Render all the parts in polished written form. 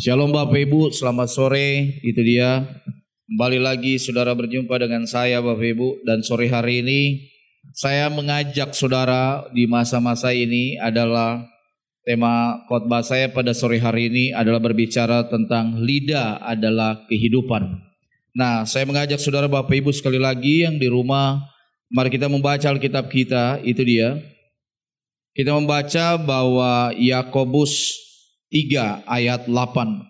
Shalom Bapak Ibu, selamat sore. Itu dia. Kembali lagi saudara berjumpa dengan saya Bapak Ibu. Dan sore hari ini saya mengajak saudara di masa-masa ini adalah tema khotbah saya pada sore hari ini adalah berbicara tentang lidah adalah kehidupan. Nah, saya mengajak saudara Bapak Ibu sekali lagi yang di rumah, mari kita membaca Alkitab kita. Itu dia. Kita membaca bahwa Yakobus 3 ayat 8.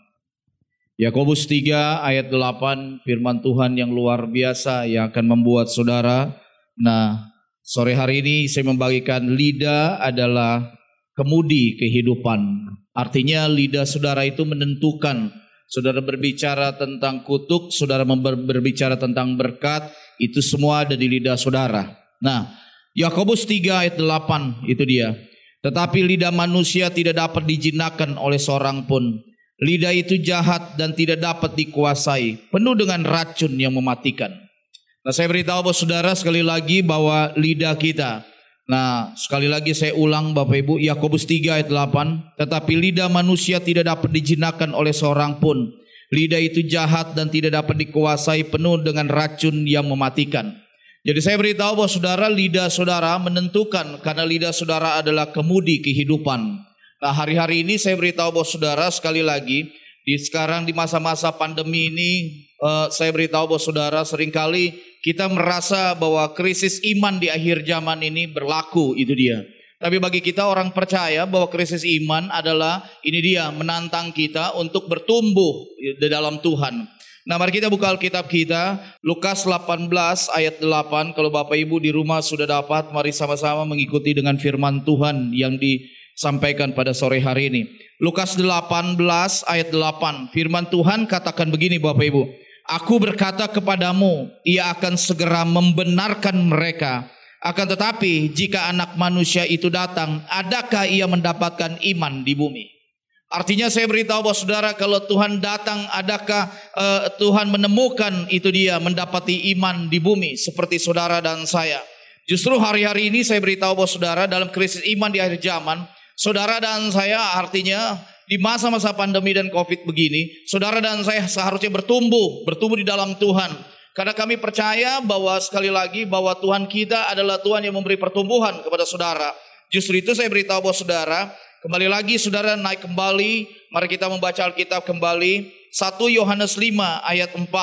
Yakobus 3 ayat 8, firman Tuhan yang luar biasa yang akan membuat saudara. Nah, sore hari ini saya membagikan lidah adalah kemudi kehidupan. Artinya lidah saudara itu menentukan. Saudara berbicara tentang kutuk, saudara berbicara tentang berkat, itu semua ada di lidah saudara. Nah, Yakobus 3 ayat 8 itu dia. Tetapi lidah manusia tidak dapat dijinakkan oleh seorang pun. Lidah itu jahat dan tidak dapat dikuasai, penuh dengan racun yang mematikan. Nah, saya beritahu bahwa saudara sekali lagi bahwa lidah kita. Nah, sekali lagi saya ulang Bapak Ibu, Yakobus 3 ayat 8. Tetapi lidah manusia tidak dapat dijinakkan oleh seorang pun. Lidah itu jahat dan tidak dapat dikuasai, penuh dengan racun yang mematikan. Jadi saya beritahu bahwa saudara, lidah saudara menentukan, karena lidah saudara adalah kemudi kehidupan. Nah, hari-hari ini saya beritahu bahwa saudara sekali lagi, sekarang di masa-masa pandemi ini, saya beritahu bahwa saudara seringkali kita merasa bahwa krisis iman di akhir zaman ini berlaku, itu dia. Tapi bagi kita orang percaya bahwa krisis iman adalah, ini dia, menantang kita untuk bertumbuh di dalam Tuhan. Nah, mari kita buka Alkitab kita, Lukas 18 ayat 8. Kalau Bapak Ibu di rumah sudah dapat, mari sama-sama mengikuti dengan firman Tuhan yang disampaikan pada sore hari ini. Lukas 18 ayat 8. Firman Tuhan katakan begini Bapak Ibu. Aku berkata kepadamu, ia akan segera membenarkan mereka. Akan tetapi jika anak manusia itu datang, adakah ia mendapatkan iman di bumi? Artinya saya beritahu bahwa saudara, kalau Tuhan datang, adakah Tuhan menemukan itu dia mendapati iman di bumi seperti saudara dan saya? Justru hari-hari ini saya beritahu bahwa saudara, dalam krisis iman di akhir zaman, saudara dan saya artinya di masa-masa pandemi dan COVID begini, saudara dan saya seharusnya bertumbuh di dalam Tuhan. Karena kami percaya bahwa sekali lagi bahwa Tuhan kita adalah Tuhan yang memberi pertumbuhan kepada saudara. Justru itu saya beritahu bahwa saudara, kembali lagi saudara naik kembali, mari kita membaca Alkitab kembali. 1 Yohanes 5 ayat 4.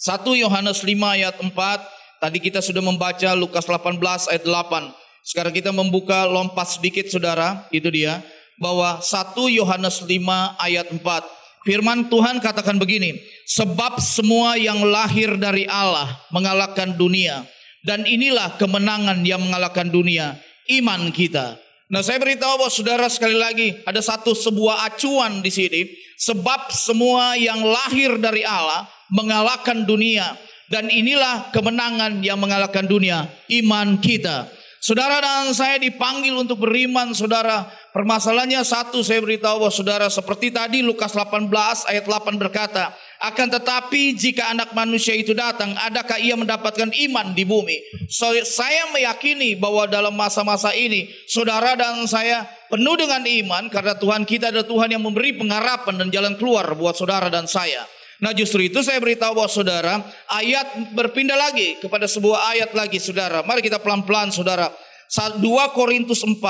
1 Yohanes 5 ayat 4. Tadi kita sudah membaca Lukas 18 ayat 8. Sekarang kita membuka lompat sedikit saudara, itu dia. Bahwa 1 Yohanes 5 ayat 4. Firman Tuhan katakan begini. Sebab semua yang lahir dari Allah mengalahkan dunia. Dan inilah kemenangan yang mengalahkan dunia, iman kita. Nah, saya beritahu bahwa saudara sekali lagi ada sebuah acuan di sini. Sebab semua yang lahir dari Allah mengalahkan dunia. Dan inilah kemenangan yang mengalahkan dunia, iman kita. Saudara dan saya dipanggil untuk beriman saudara. Permasalahannya satu, saya beritahu bahwa saudara seperti tadi Lukas 18 ayat 8 berkata. Akan tetapi jika anak manusia itu datang, adakah ia mendapatkan iman di bumi? So, saya meyakini bahwa dalam masa-masa ini, saudara dan saya penuh dengan iman. Karena Tuhan kita adalah Tuhan yang memberi pengharapan dan jalan keluar buat saudara dan saya. Nah, justru itu saya beritahu bahwa saudara, ayat berpindah lagi kepada sebuah ayat lagi saudara. Mari kita pelan-pelan saudara. 2 Korintus 4.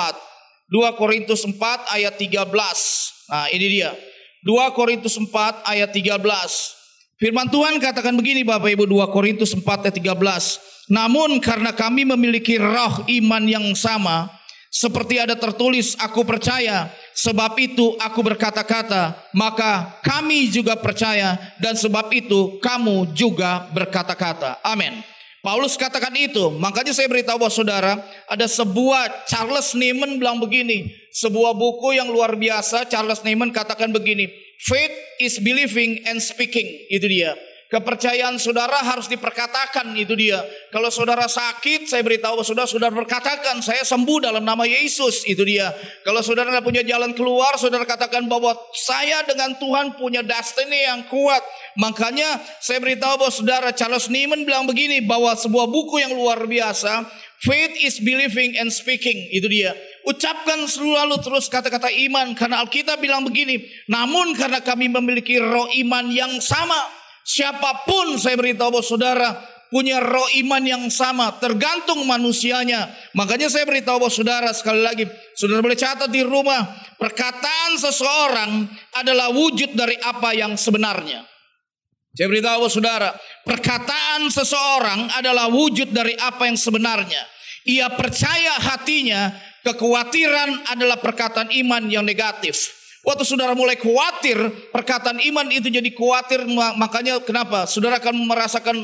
2 Korintus 4 ayat 13. Nah, ini dia. 2 Korintus 4 ayat 13. Firman Tuhan katakan begini Bapak Ibu, 2 Korintus 4 ayat 13. Namun karena kami memiliki roh iman yang sama, seperti ada tertulis, aku percaya, sebab itu aku berkata-kata, maka kami juga percaya, dan sebab itu kamu juga berkata-kata. Amin. Paulus katakan itu. Makanya saya beritahu bahwa saudara, ada sebuah, Charles Niemann bilang begini, sebuah buku yang luar biasa. Charles Niemann katakan begini, faith is believing and speaking. Itu dia. Kepercayaan saudara harus diperkatakan, itu dia. Kalau saudara sakit, saya beritahu saudara berkatakan, saya sembuh dalam nama Yesus, itu dia. Kalau saudara tidak punya jalan keluar, saudara katakan bahwa saya dengan Tuhan punya destiny yang kuat. Makanya saya beritahu bahwa saudara, Charles Niemann bilang begini, bahwa sebuah buku yang luar biasa, Faith is believing and speaking, itu dia. Ucapkan selalu terus kata-kata iman, karena Alkitab bilang begini, namun karena kami memiliki roh iman yang sama. Siapapun saya beritahu bahwa saudara punya roh iman yang sama, tergantung manusianya. Makanya saya beritahu bahwa saudara, sekali lagi, saudara boleh catat di rumah, perkataan seseorang adalah wujud dari apa yang sebenarnya. Saya beritahu bahwa saudara, perkataan seseorang adalah wujud dari apa yang sebenarnya. Ia percaya hatinya, kekhawatiran adalah perkataan iman yang negatif. Waktu saudara mulai khawatir, perkataan iman itu jadi khawatir. Makanya kenapa? Saudara akan merasakan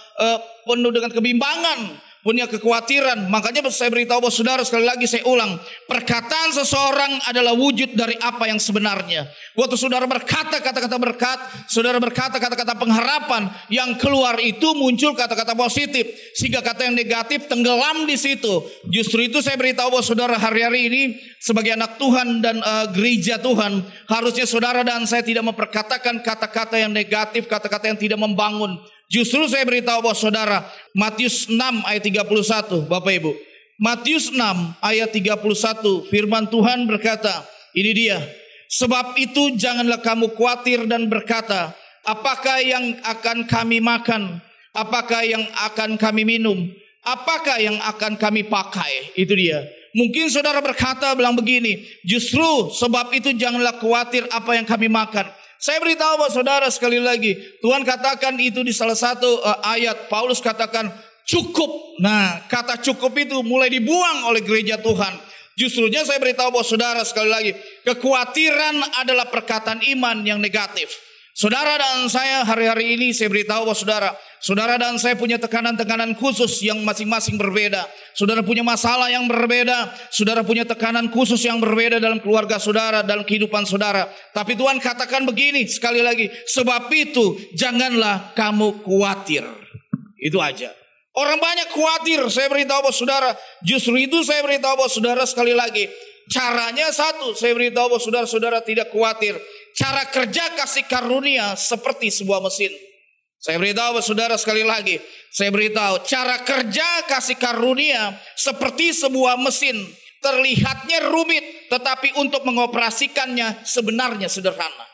penuh dengan kebimbangan, punya kekhawatiran. Makanya saya beritahu bahwa saudara, sekali lagi saya ulang, perkataan seseorang adalah wujud dari apa yang sebenarnya. Waktu saudara berkata kata-kata berkat, saudara berkata kata-kata pengharapan, yang keluar itu muncul kata-kata positif, sehingga kata yang negatif tenggelam di situ. Justru itu saya beritahu bahwa saudara hari-hari ini sebagai anak Tuhan dan gereja Tuhan, harusnya saudara dan saya tidak memperkatakan kata-kata yang negatif, kata-kata yang tidak membangun. Justru saya beritahu bahwa saudara, Matius 6 ayat 31, Bapak Ibu. Matius 6 ayat 31, firman Tuhan berkata, ini dia. Sebab itu janganlah kamu khawatir dan berkata, apakah yang akan kami makan? Apakah yang akan kami minum? Apakah yang akan kami pakai? Itu dia. Mungkin saudara berkata, bilang begini, justru sebab itu janganlah khawatir apa yang kami makan. Saya beritahu bahwa saudara, sekali lagi, Tuhan katakan itu di salah satu ayat, Paulus katakan cukup. Nah, kata cukup itu mulai dibuang oleh gereja Tuhan. Justrunya saya beritahu bahwa saudara, sekali lagi, kekhawatiran adalah perkataan iman yang negatif. Saudara dan saya hari-hari ini saya beritahu bahwa saudara dan saya punya tekanan-tekanan khusus yang masing-masing berbeda. Saudara punya masalah yang berbeda. Saudara punya tekanan khusus yang berbeda dalam keluarga saudara, dalam kehidupan saudara. Tapi Tuhan katakan begini, sekali lagi, sebab itu janganlah kamu khawatir. Itu aja. Orang banyak khawatir, saya beritahu bahwa saudara, justru itu saya beritahu bahwa saudara, sekali lagi, caranya satu, saya beritahu bahwa saudara-saudara tidak khawatir. Cara kerja kasih karunia seperti sebuah mesin. Saya beritahu bahwa saudara, sekali lagi, saya beritahu, cara kerja kasih karunia seperti sebuah mesin. Terlihatnya rumit, tetapi untuk mengoperasikannya sebenarnya sederhana.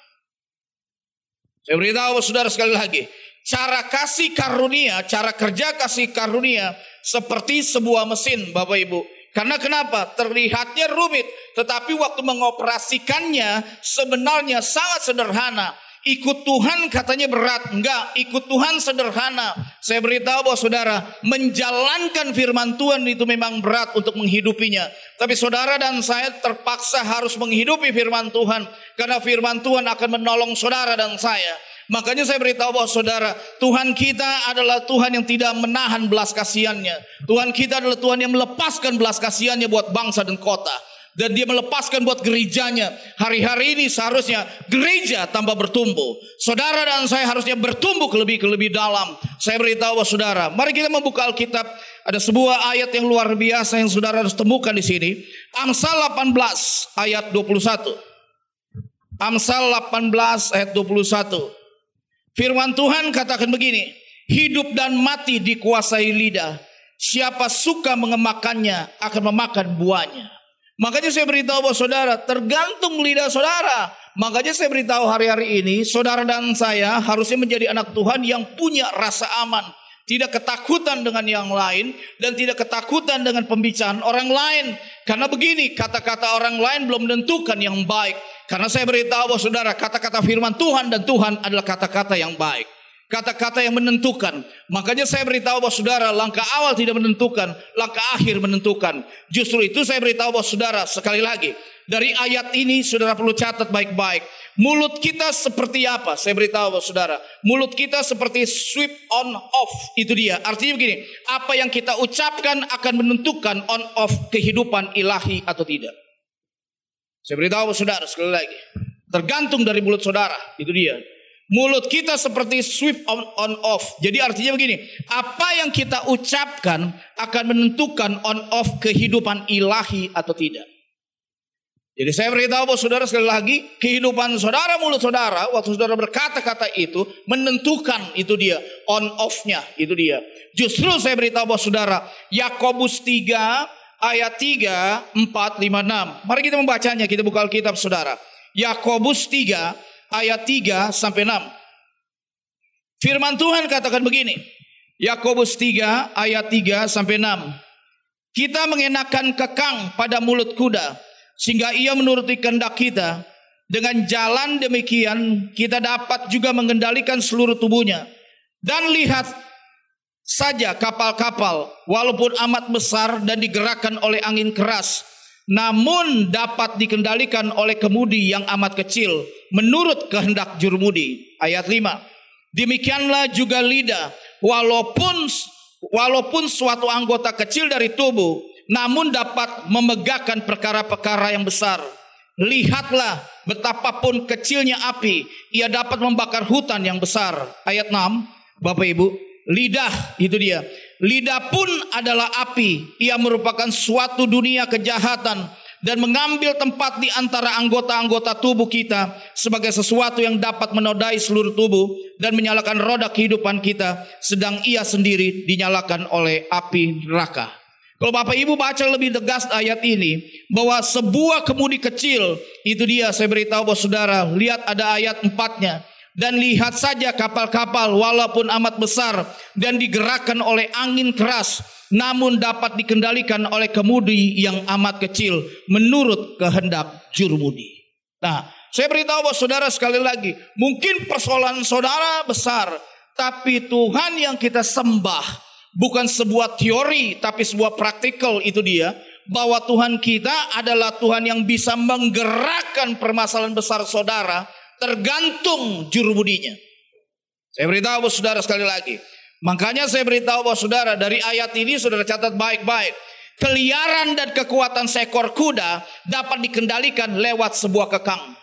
Saya beritahu bahwa saudara, sekali lagi, cara kasih karunia, cara kerja kasih karunia seperti sebuah mesin, Bapak Ibu. Karena kenapa? Terlihatnya rumit, tetapi waktu mengoperasikannya sebenarnya sangat sederhana. Ikut Tuhan katanya berat, enggak, ikut Tuhan sederhana. Saya beritahu bahwa saudara, menjalankan firman Tuhan itu memang berat untuk menghidupinya. Tapi saudara dan saya terpaksa harus menghidupi firman Tuhan, karena firman Tuhan akan menolong saudara dan saya. Makanya saya beritahu bahwa saudara, Tuhan kita adalah Tuhan yang tidak menahan belas kasihannya. Tuhan kita adalah Tuhan yang melepaskan belas kasihannya buat bangsa dan kota. Dan dia melepaskan buat gerejanya. Hari-hari ini seharusnya gereja tambah bertumbuh. Saudara dan saya harusnya bertumbuh ke lebih dalam. Saya beritahu bahwa saudara, mari kita membuka Alkitab. Ada sebuah ayat yang luar biasa yang saudara harus temukan di sini. Amsal 18 ayat 21. Amsal 18 ayat 21. Firman Tuhan katakan begini, hidup dan mati dikuasai lidah. Siapa suka mengemakannya akan memakan buahnya. Makanya saya beritahu bahwa saudara, tergantung lidah saudara. Makanya saya beritahu hari-hari ini, saudara dan saya harusnya menjadi anak Tuhan yang punya rasa aman. Tidak ketakutan dengan yang lain, dan tidak ketakutan dengan pembicaraan orang lain. Karena begini, kata-kata orang lain belum menentukan yang baik. Karena saya beritahu bahwa saudara, kata-kata firman Tuhan dan Tuhan adalah kata-kata yang baik. Kata-kata yang menentukan. Makanya saya beritahu bahwa saudara, langkah awal tidak menentukan, langkah akhir menentukan. Justru itu saya beritahu bahwa saudara, sekali lagi, dari ayat ini saudara perlu catat baik-baik. Mulut kita seperti apa? Saya beritahu bahwa saudara, mulut kita seperti switch on off. Itu dia. Artinya begini, apa yang kita ucapkan akan menentukan on off kehidupan ilahi atau tidak. Saya beritahu saudara sekali lagi, tergantung dari mulut saudara, itu dia. Mulut kita seperti switch on off. Jadi artinya begini, apa yang kita ucapkan akan menentukan on off kehidupan ilahi atau tidak. Jadi saya beritahu bahwa saudara sekali lagi, kehidupan saudara, mulut saudara, waktu saudara berkata-kata itu, menentukan itu dia, on off-nya, itu dia. Justru saya beritahu bahwa saudara, Yakobus 3 ayat 3, 4, 5, 6. Mari kita membacanya, kita buka Alkitab saudara. Yakobus 3 ayat 3 sampai 6. Firman Tuhan katakan begini. Yakobus 3 ayat 3 sampai 6. Kita mengenakan kekang pada mulut kuda, sehingga ia menuruti kehendak kita. Dengan jalan demikian kita dapat juga mengendalikan seluruh tubuhnya. Dan lihat saja kapal-kapal, walaupun amat besar dan digerakkan oleh angin keras, namun dapat dikendalikan oleh kemudi yang amat kecil, menurut kehendak jurumudi. Ayat 5. Demikianlah juga lidah, walaupun suatu anggota kecil dari tubuh, namun dapat memegahkan perkara-perkara yang besar. Lihatlah betapapun kecilnya api, ia dapat membakar hutan yang besar. Ayat 6, Bapak Ibu, lidah itu dia. Lidah pun adalah api, ia merupakan suatu dunia kejahatan dan mengambil tempat di antara anggota-anggota tubuh kita sebagai sesuatu yang dapat menodai seluruh tubuh dan menyalakan roda kehidupan kita, sedang ia sendiri dinyalakan oleh api neraka. Kalau Bapak Ibu baca lebih tegas ayat ini, bahwa sebuah kemudi kecil, itu dia saya beritahu bahwa saudara, lihat ada ayat 4-nya. Dan lihat saja kapal-kapal walaupun amat besar dan digerakkan oleh angin keras, namun dapat dikendalikan oleh kemudi yang amat kecil, menurut kehendak jurumudi. Nah, saya beritahu bahwa saudara sekali lagi, mungkin persoalan saudara besar, tapi Tuhan yang kita sembah bukan sebuah teori, tapi sebuah praktikal, itu dia. Bahwa Tuhan kita adalah Tuhan yang bisa menggerakkan permasalahan besar saudara, tergantung jurubudinya. Saya beritahu bahwa saudara sekali lagi. Makanya saya beritahu bahwa saudara, dari ayat ini saudara catat baik-baik. Keliaran dan kekuatan seekor kuda dapat dikendalikan lewat sebuah kekang.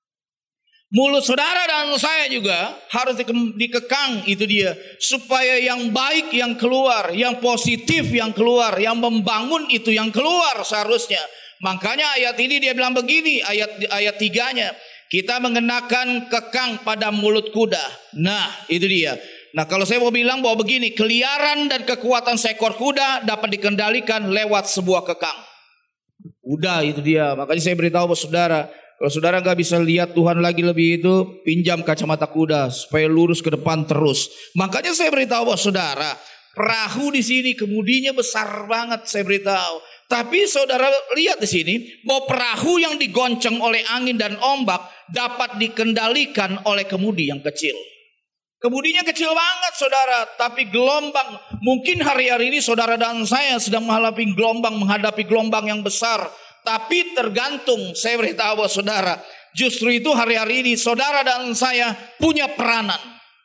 Mulut saudara dan saya juga harus dikekang, itu dia, supaya yang baik yang keluar, yang positif yang keluar, yang membangun itu yang keluar seharusnya. Makanya ayat ini dia bilang begini, ayat 3-nya, kita mengenakan kekang pada mulut kuda. Nah, itu dia. Nah, kalau saya mau bilang bahwa begini, keliaran dan kekuatan seekor kuda dapat dikendalikan lewat sebuah kekang. Udah, itu dia. Makanya saya beritahu bahwa saudara, kalau saudara nggak bisa lihat Tuhan lagi lebih itu, pinjam kacamata kuda supaya lurus ke depan terus. Makanya saya beritahu bahwa saudara, perahu di sini kemudinya besar banget, saya beritahu. Tapi saudara lihat di sini bahwa perahu yang digoncang oleh angin dan ombak dapat dikendalikan oleh kemudi yang kecil. Kemudinya kecil banget saudara, tapi gelombang, mungkin hari-hari ini saudara dan saya sedang menghadapi gelombang yang besar. Tapi tergantung, saya beritahu bahwa saudara, justru itu hari-hari ini saudara dan saya punya peranan.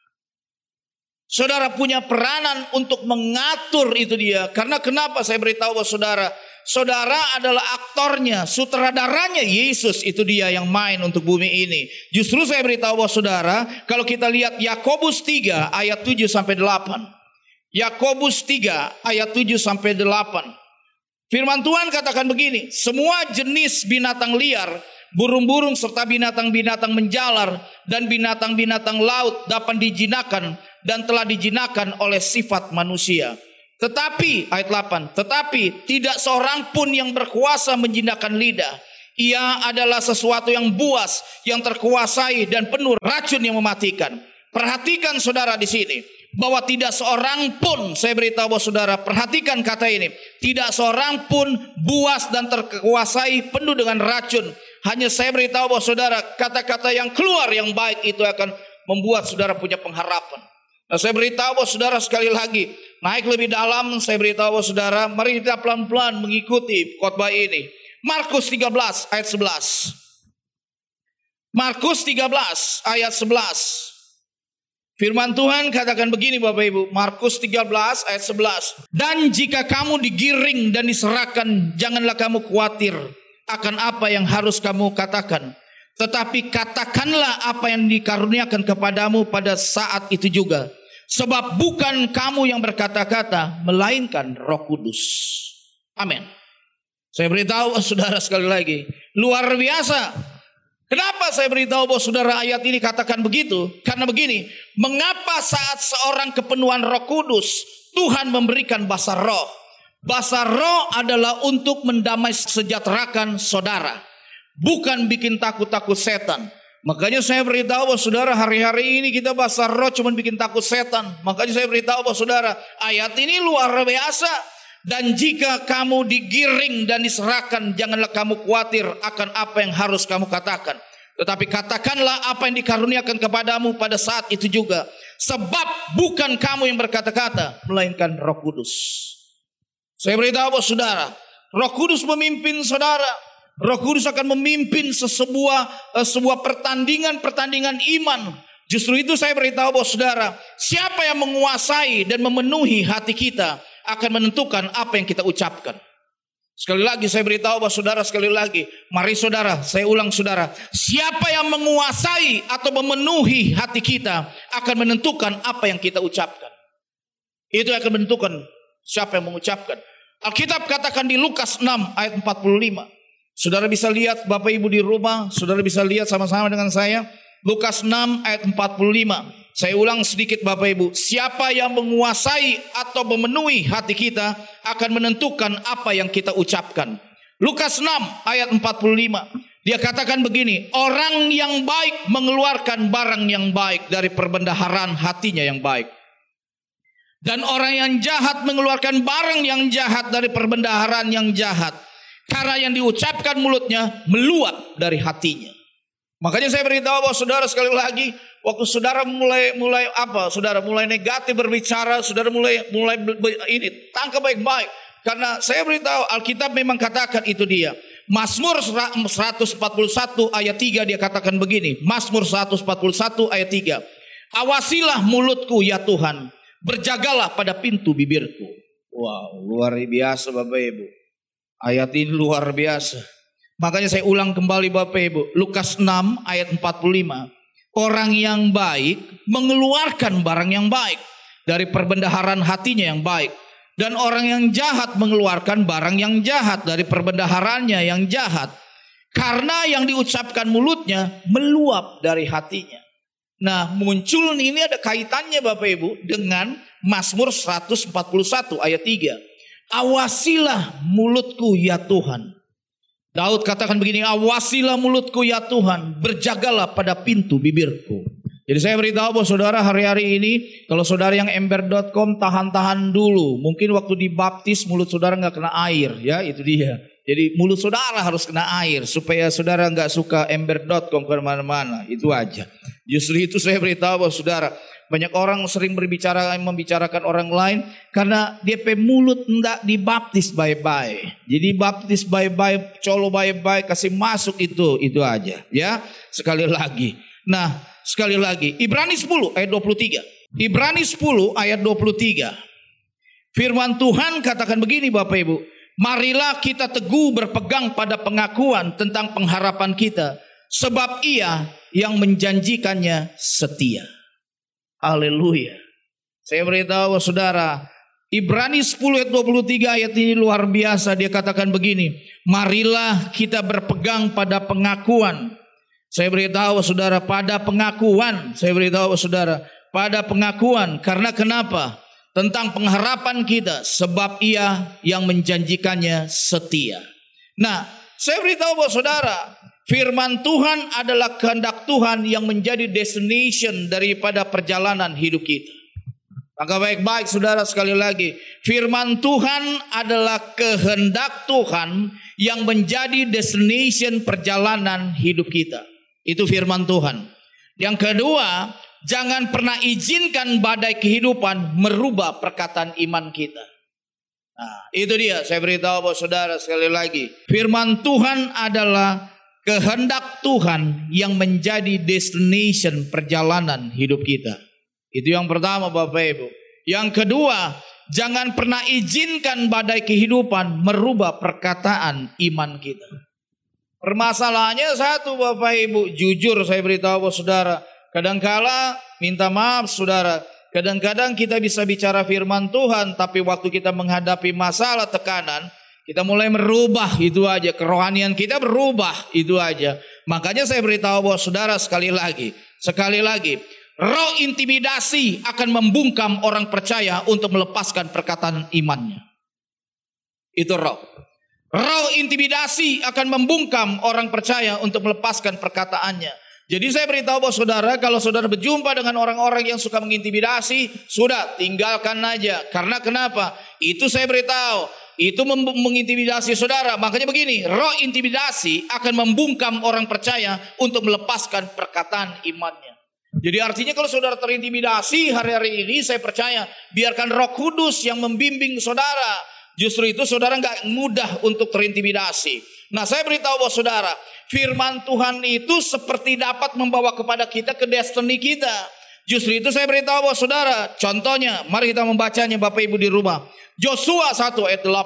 Saudara punya peranan untuk mengatur, itu dia. Karena kenapa saya beritahu bahwa saudara, saudara adalah aktornya, sutradaranya Yesus, itu dia yang main untuk bumi ini. Justru saya beritahu bahwa saudara, kalau kita lihat Yakobus 3 ayat 7 sampai 8. Yakobus 3 ayat 7 sampai 8. Firman Tuhan katakan begini, semua jenis binatang liar, burung-burung serta binatang-binatang menjalar dan binatang-binatang laut dapat dijinakan dan telah dijinakan oleh sifat manusia. Tetapi, ayat 8, tetapi tidak seorang pun yang berkuasa menjinakkan lidah. Ia adalah sesuatu yang buas, yang terkuasai dan penuh racun yang mematikan. Perhatikan saudara di sini, bahwa tidak seorang pun, saya beritahu bahwa saudara, perhatikan kata ini, tidak seorang pun buas dan terkuasai penuh dengan racun. Hanya saya beritahu bahwa saudara, kata-kata yang keluar yang baik itu akan membuat saudara punya pengharapan. Nah, saya beritahu bahwa saudara sekali lagi, naik lebih dalam, saya beritahu bahwa saudara, mari kita pelan-pelan mengikuti khotbah ini. Markus 13 ayat 11. Markus 13 ayat 11. Firman Tuhan katakan begini Bapak Ibu, Markus 13 ayat 11. Dan jika kamu digiring dan diserahkan, janganlah kamu khawatir akan apa yang harus kamu katakan. Tetapi katakanlah apa yang dikaruniakan kepadamu pada saat itu juga. Sebab bukan kamu yang berkata-kata, melainkan Roh Kudus. Amin. Saya beritahu saudara sekali lagi, luar biasa. Kenapa saya beritahu bahwa saudara ayat ini katakan begitu? Karena begini, mengapa saat seorang kepenuhan Roh Kudus, Tuhan memberikan bahasa roh. Bahasa roh adalah untuk mendamai sejahterakan saudara, bukan bikin takut-takut setan. Makanya saya beritahu bahwa saudara, hari-hari ini kita bahasa roh cuma bikin takut setan. Makanya saya beritahu bahwa saudara, ayat ini luar biasa. Dan jika kamu digiring dan diserahkan, janganlah kamu khawatir akan apa yang harus kamu katakan. Tetapi katakanlah apa yang dikaruniakan kepadamu pada saat itu juga. Sebab bukan kamu yang berkata-kata, melainkan Roh Kudus. Saya beritahu bahwa saudara, Roh Kudus memimpin saudara. Roh Kudus akan memimpin sebuah pertandingan iman. Justru itu saya beritahu bahwa saudara, siapa yang menguasai dan memenuhi hati kita akan menentukan apa yang kita ucapkan. Sekali lagi saya beritahu bahwa saudara, sekali lagi, mari saudara, saya ulang saudara, siapa yang menguasai atau memenuhi hati kita akan menentukan apa yang kita ucapkan. Itu akan menentukan siapa yang mengucapkan. Alkitab katakan di Lukas 6 ayat 45. Saudara bisa lihat, Bapak Ibu di rumah, saudara bisa lihat sama-sama dengan saya. Lukas 6 ayat 45. Saya ulang sedikit Bapak Ibu. Siapa yang menguasai atau memenuhi hati kita akan menentukan apa yang kita ucapkan. Lukas 6 ayat 45. Dia katakan begini, orang yang baik mengeluarkan barang yang baik dari perbendaharaan hatinya yang baik. Dan orang yang jahat mengeluarkan barang yang jahat dari perbendaharaan yang jahat. Karena yang diucapkan mulutnya meluap dari hatinya. Makanya saya beritahu bahwa saudara, sekali lagi, waktu saudara mulai negatif berbicara, saudara mulai ini tangkap baik-baik. Karena saya beritahu Alkitab memang katakan itu dia. Mazmur 141 ayat 3 dia katakan begini. Mazmur 141 ayat 3. Awasilah mulutku ya Tuhan, berjagalah pada pintu bibirku. Wow, luar biasa Bapak Ibu. Ayat ini luar biasa. Makanya saya ulang kembali Bapak Ibu. Lukas 6 ayat 45. Orang yang baik mengeluarkan barang yang baik dari perbendaharaan hatinya yang baik. Dan orang yang jahat mengeluarkan barang yang jahat dari perbendaharaannya yang jahat. Karena yang diucapkan mulutnya meluap dari hatinya. Nah, muncul ini ada kaitannya Bapak Ibu dengan Mazmur 141 ayat 3. Awasilah mulutku ya Tuhan. Daud katakan begini, awasilah mulutku ya Tuhan, berjagalah pada pintu bibirku. Jadi saya beritahu bahwa saudara hari-hari ini, kalau saudara yang ember.com tahan-tahan dulu. Mungkin waktu dibaptis mulut saudara gak kena air, ya itu dia. Jadi mulut saudara harus kena air supaya saudara gak suka ember.com kemana-mana, itu aja. Justru itu saya beritahu bahwa saudara, banyak orang sering membicarakan orang lain karena dia mulut enggak dibaptis baik-baik. Jadi baptis baik-baik, colo baik-baik, kasih masuk itu aja, ya. Sekali lagi. Nah, sekali lagi, Ibrani 10 ayat 23. Ibrani 10 ayat 23. Firman Tuhan katakan begini Bapak Ibu, marilah kita teguh berpegang pada pengakuan tentang pengharapan kita, sebab Ia yang menjanjikannya setia. Haleluya. Saya beritahu saudara, Ibrani 10 ayat 23 ayat ini luar biasa. Dia katakan begini, marilah kita berpegang pada pengakuan. Saya beritahu saudara, pada pengakuan. Saya beritahu saudara, pada pengakuan. Karena kenapa? Tentang pengharapan kita, sebab Ia yang menjanjikannya setia. Nah, saya beritahu bahwa saudara, firman Tuhan adalah kehendak Tuhan yang menjadi destination daripada perjalanan hidup kita. Maka baik-baik saudara, sekali lagi, firman Tuhan adalah kehendak Tuhan yang menjadi destination perjalanan hidup kita. Itu firman Tuhan. Yang kedua, jangan pernah izinkan badai kehidupan merubah perkataan iman kita. Nah, itu dia, saya beritahu bahwa saudara, sekali lagi, firman Tuhan adalah kehendak Tuhan yang menjadi destination perjalanan hidup kita. Itu yang pertama Bapak Ibu. Yang kedua, jangan pernah izinkan badai kehidupan merubah perkataan iman kita. Permasalahannya satu Bapak Ibu, jujur saya beritahu saudara, kadangkala minta maaf saudara, kadang-kadang kita bisa bicara firman Tuhan, tapi waktu kita menghadapi masalah tekanan, kita mulai merubah itu aja, kerohanian kita berubah itu aja. Makanya saya beritahu bahwa saudara sekali lagi, roh intimidasi akan membungkam orang percaya untuk melepaskan perkataan imannya. Itu roh. Roh intimidasi akan membungkam orang percaya untuk melepaskan perkataannya. Jadi saya beritahu bahwa saudara, kalau saudara berjumpa dengan orang-orang yang suka mengintimidasi, sudah tinggalkan aja. Karena kenapa? Itu saya beritahu, itu mengintimidasi saudara. Makanya begini, roh intimidasi akan membungkam orang percaya untuk melepaskan perkataan imannya. Jadi artinya kalau saudara terintimidasi hari-hari ini, saya percaya biarkan Roh Kudus yang membimbing saudara. Justru itu saudara gak mudah untuk terintimidasi. Nah saya beritahu bahwa saudara, firman Tuhan itu seperti dapat membawa kepada kita ke destiny kita. Justru itu saya beritahu bahwa saudara, contohnya mari kita membacanya Bapak Ibu di rumah. Yosua 1 ayat 8.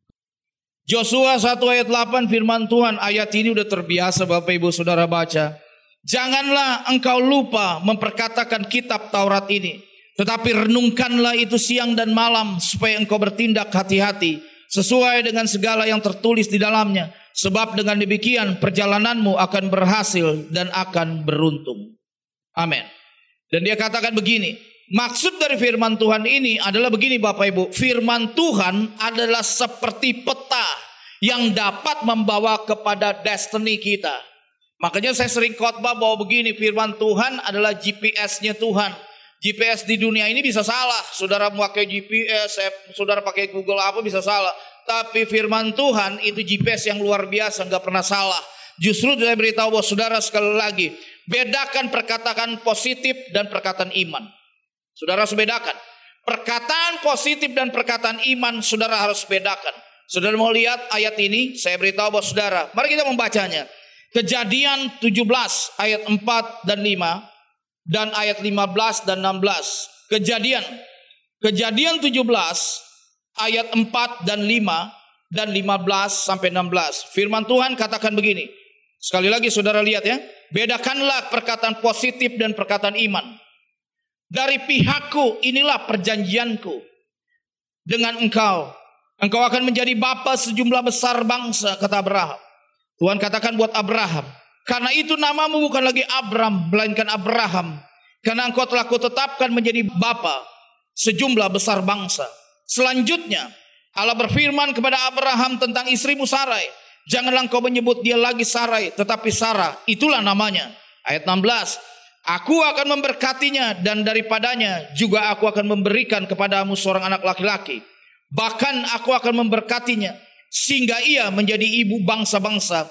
Yosua 1 ayat 8 firman Tuhan, ayat ini udah terbiasa Bapak Ibu saudara baca. Janganlah engkau lupa memperkatakan kitab Taurat ini, tetapi renungkanlah itu siang dan malam, supaya engkau bertindak hati-hati sesuai dengan segala yang tertulis di dalamnya. Sebab dengan demikian perjalananmu akan berhasil dan akan beruntung. Amin. Dan dia katakan begini, maksud dari firman Tuhan ini adalah begini Bapak Ibu. Firman Tuhan adalah seperti peta yang dapat membawa kepada destiny kita. Makanya saya sering khotbah bahwa begini, firman Tuhan adalah GPS-nya Tuhan. GPS di dunia ini bisa salah. Saudara memakai GPS, saudara pakai Google apa bisa salah. Tapi firman Tuhan itu GPS yang luar biasa, nggak pernah salah. Justru saya beritahu bahwa saudara sekali lagi, bedakan perkataan positif dan perkataan iman. Saudara harus bedakan. Perkataan positif dan perkataan iman saudara harus bedakan. Saudara mau lihat ayat ini? Saya beritahu bahwa saudara, mari kita membacanya. Kejadian 17 ayat 4 dan 5 dan ayat 15 dan 16. Kejadian 17 ayat 4 dan 5 dan 15 sampai 16. Firman Tuhan katakan begini. Sekali lagi saudara lihat ya. Bedakanlah perkataan positif dan perkataan iman. Dari pihakku inilah perjanjianku dengan engkau. Engkau akan menjadi bapa sejumlah besar bangsa, kata Abraham. Tuhan katakan buat Abraham, karena itu namamu bukan lagi Abram, melainkan Abraham, karena engkau telah kutetapkan menjadi bapa sejumlah besar bangsa. Selanjutnya Allah berfirman kepada Abraham tentang istrimu Sarai, janganlah engkau menyebut dia lagi Sarai, tetapi Sarah, itulah namanya. Ayat 16, aku akan memberkatinya dan daripadanya juga aku akan memberikan kepadamu seorang anak laki-laki. Bahkan aku akan memberkatinya sehingga ia menjadi ibu bangsa-bangsa,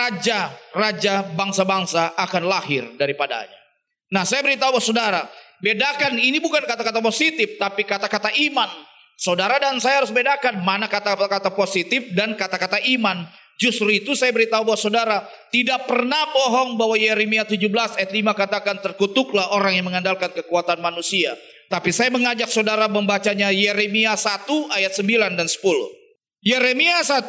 raja-raja bangsa-bangsa akan lahir daripadanya. Nah saya beritahu saudara, bedakan ini bukan kata-kata positif, tapi kata-kata iman. Saudara dan saya harus bedakan mana kata-kata positif dan kata-kata iman. Justru itu saya beritahu bahwa saudara, tidak pernah bohong bahwa Yeremia 17 ayat 5 katakan terkutuklah orang yang mengandalkan kekuatan manusia. Tapi saya mengajak saudara membacanya Yeremia 1 ayat 9 dan 10. Yeremia 1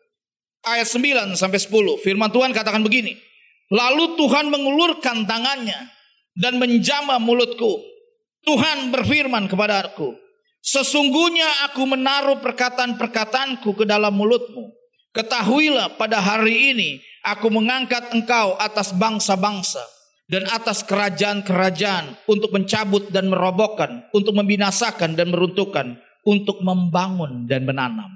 ayat 9 sampai 10. Firman Tuhan katakan begini. Lalu Tuhan mengulurkan tangannya dan menjamah mulutku. Tuhan berfirman kepadaku, sesungguhnya aku menaruh perkataan-perkataanku ke dalam mulutmu. Ketahuilah pada hari ini aku mengangkat engkau atas bangsa-bangsa dan atas kerajaan-kerajaan untuk mencabut dan merobohkan, untuk membinasakan dan meruntuhkan, untuk membangun dan menanam.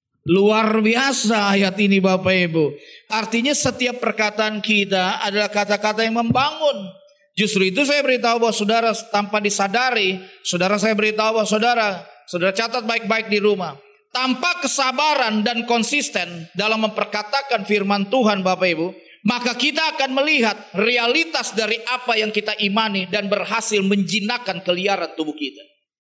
Luar biasa ayat ini Bapak Ibu. Artinya setiap perkataan kita adalah kata-kata yang membangun. Justru itu saya beritahu bahwa saudara tanpa disadari, saudara saya beritahu bahwa saudara catat baik-baik di rumah. Tanpa kesabaran dan konsisten dalam memperkatakan firman Tuhan Bapak Ibu, maka kita akan melihat realitas dari apa yang kita imani dan berhasil menjinakkan keliaran tubuh kita.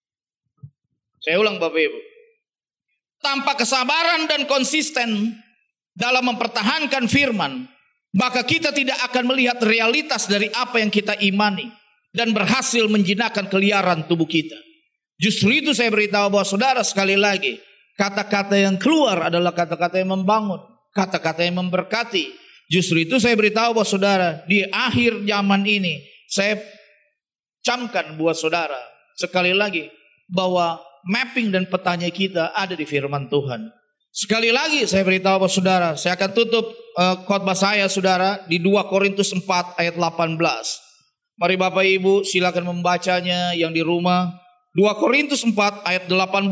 Saya ulang Bapak Ibu. Tanpa kesabaran dan konsisten dalam mempertahankan firman, maka kita tidak akan melihat realitas dari apa yang kita imani dan berhasil menjinakkan keliaran tubuh kita. Justru itu saya beritahu bahwa saudara sekali lagi, kata-kata yang keluar adalah kata-kata yang membangun, kata-kata yang memberkati. Justru itu saya beritahu buat saudara, di akhir zaman ini, saya camkan buat saudara, sekali lagi, bahwa mapping dan petanya kita ada di firman Tuhan. Sekali lagi saya beritahu buat saudara, saya akan tutup khotbah saya saudara di 2 Korintus 4 ayat 18. Mari Bapak Ibu silakan membacanya yang di rumah. 2 Korintus 4 ayat 18.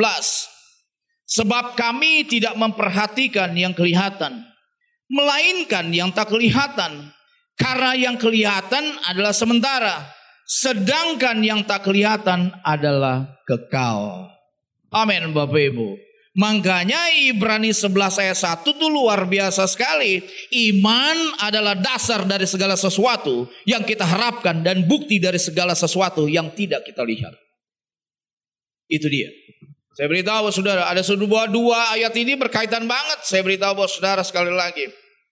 Sebab kami tidak memperhatikan yang kelihatan, melainkan yang tak kelihatan. Karena yang kelihatan adalah sementara, sedangkan yang tak kelihatan adalah kekal. Amin Bapak Ibu. Makanya Ibrani 11 ayat 1 itu luar biasa sekali. Iman adalah dasar dari segala sesuatu yang kita harapkan dan bukti dari segala sesuatu yang tidak kita lihat. Itu dia. Saya beritahu saudara, ada dua ayat ini berkaitan banget. Saya beritahu saudara sekali lagi.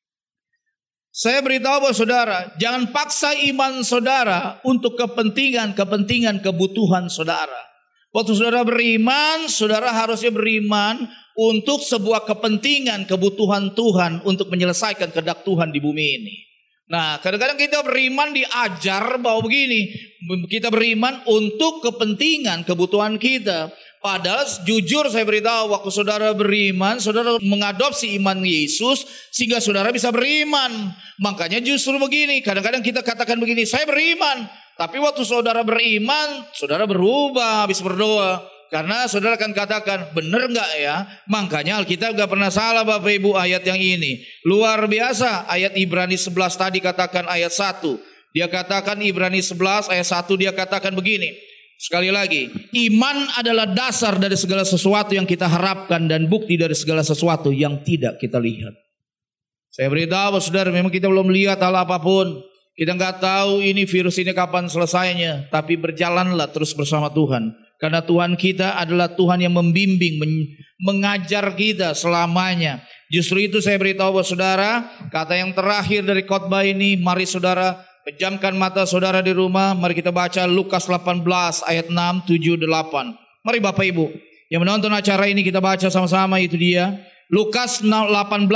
Saya beritahu saudara, jangan paksa iman saudara untuk kepentingan kebutuhan saudara. Waktu saudara beriman, saudara harusnya beriman untuk sebuah kebutuhan Tuhan untuk menyelesaikan kehendak Tuhan di bumi ini. Nah, kadang-kadang kita beriman diajar bahwa begini, kita beriman untuk kebutuhan kita. Padahal jujur saya beritahu, waktu saudara beriman, saudara mengadopsi iman Yesus sehingga saudara bisa beriman. Makanya justru begini, kadang-kadang kita katakan begini, saya beriman. Tapi waktu saudara beriman, saudara berubah habis berdoa. Karena saudara akan katakan, benar enggak ya? Makanya Alkitab enggak pernah salah Bapak Ibu ayat yang ini. Luar biasa, ayat Ibrani 11 tadi katakan ayat 1. Dia katakan Ibrani 11 ayat 1 dia katakan begini. Sekali lagi, iman adalah dasar dari segala sesuatu yang kita harapkan dan bukti dari segala sesuatu yang tidak kita lihat. Saya beritahu saudara, memang kita belum lihat hal apapun. Kita nggak tahu ini virus ini kapan selesainya. Tapi berjalanlah terus bersama Tuhan. Karena Tuhan kita adalah Tuhan yang membimbing, mengajar kita selamanya. Justru itu saya beritahu saudara, kata yang terakhir dari khotbah ini, mari saudara pejamkan mata saudara di rumah. Mari kita baca Lukas 18 ayat 6, 7, 8. Mari Bapak Ibu yang menonton acara ini kita baca sama-sama, itu dia. Lukas 18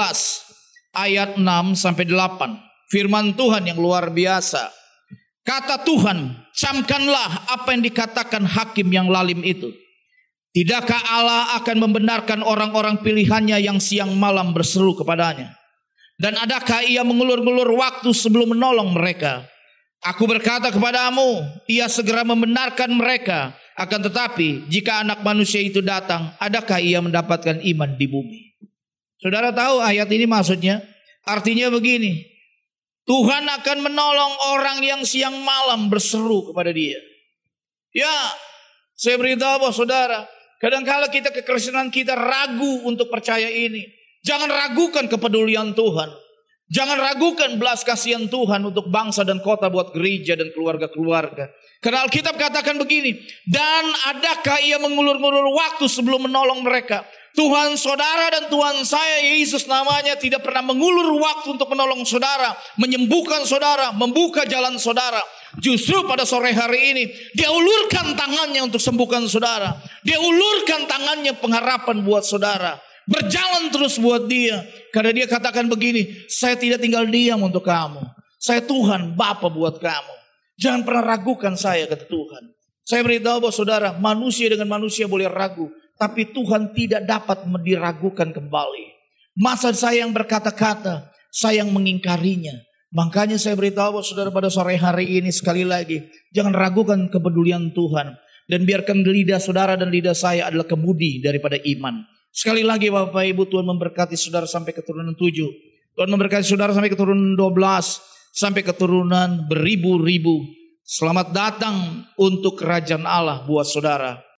ayat 6 sampai 8. Firman Tuhan yang luar biasa. Kata Tuhan, camkanlah apa yang dikatakan hakim yang lalim itu. Tidakkah Allah akan membenarkan orang-orang pilihannya yang siang malam berseru kepadanya? Dan adakah ia mengulur-ngulur waktu sebelum menolong mereka? Aku berkata kepadamu, ia segera membenarkan mereka. Akan tetapi, jika anak manusia itu datang, adakah ia mendapatkan iman di bumi? Saudara tahu ayat ini maksudnya? Artinya begini, Tuhan akan menolong orang yang siang malam berseru kepada dia. Ya, saya beritahu bahwa saudara, kadang-kala kita kekristenan kita ragu untuk percaya ini. Jangan ragukan kepedulian Tuhan. Jangan ragukan belas kasihan Tuhan untuk bangsa dan kota buat gereja dan keluarga-keluarga. Karena Alkitab katakan begini, dan adakah ia mengulur-ngulur waktu sebelum menolong mereka? Tuhan saudara dan Tuhan saya Yesus namanya tidak pernah mengulur waktu untuk menolong saudara, menyembuhkan saudara, membuka jalan saudara. Justru pada sore hari ini dia ulurkan tangannya untuk sembuhkan saudara. Dia ulurkan tangannya pengharapan buat saudara. Berjalan terus buat dia. Karena dia katakan begini, saya tidak tinggal diam untuk kamu. Saya Tuhan Bapa buat kamu. Jangan pernah ragukan saya, kata Tuhan. Saya beritahu bahwa saudara, manusia dengan manusia boleh ragu, tapi Tuhan tidak dapat diragukan kembali. Masa saya yang berkata-kata, saya yang mengingkarinya. Makanya saya beritahu bahwa saudara pada sore hari ini sekali lagi, jangan ragukan kepedulian Tuhan. Dan biarkan lidah saudara dan lidah saya adalah kemudi daripada iman. Sekali lagi Bapak Ibu, Tuhan memberkati saudara sampai keturunan 7. Tuhan memberkati saudara sampai keturunan 12. Sampai keturunan beribu-ribu. Selamat datang untuk kerajaan Allah buat saudara.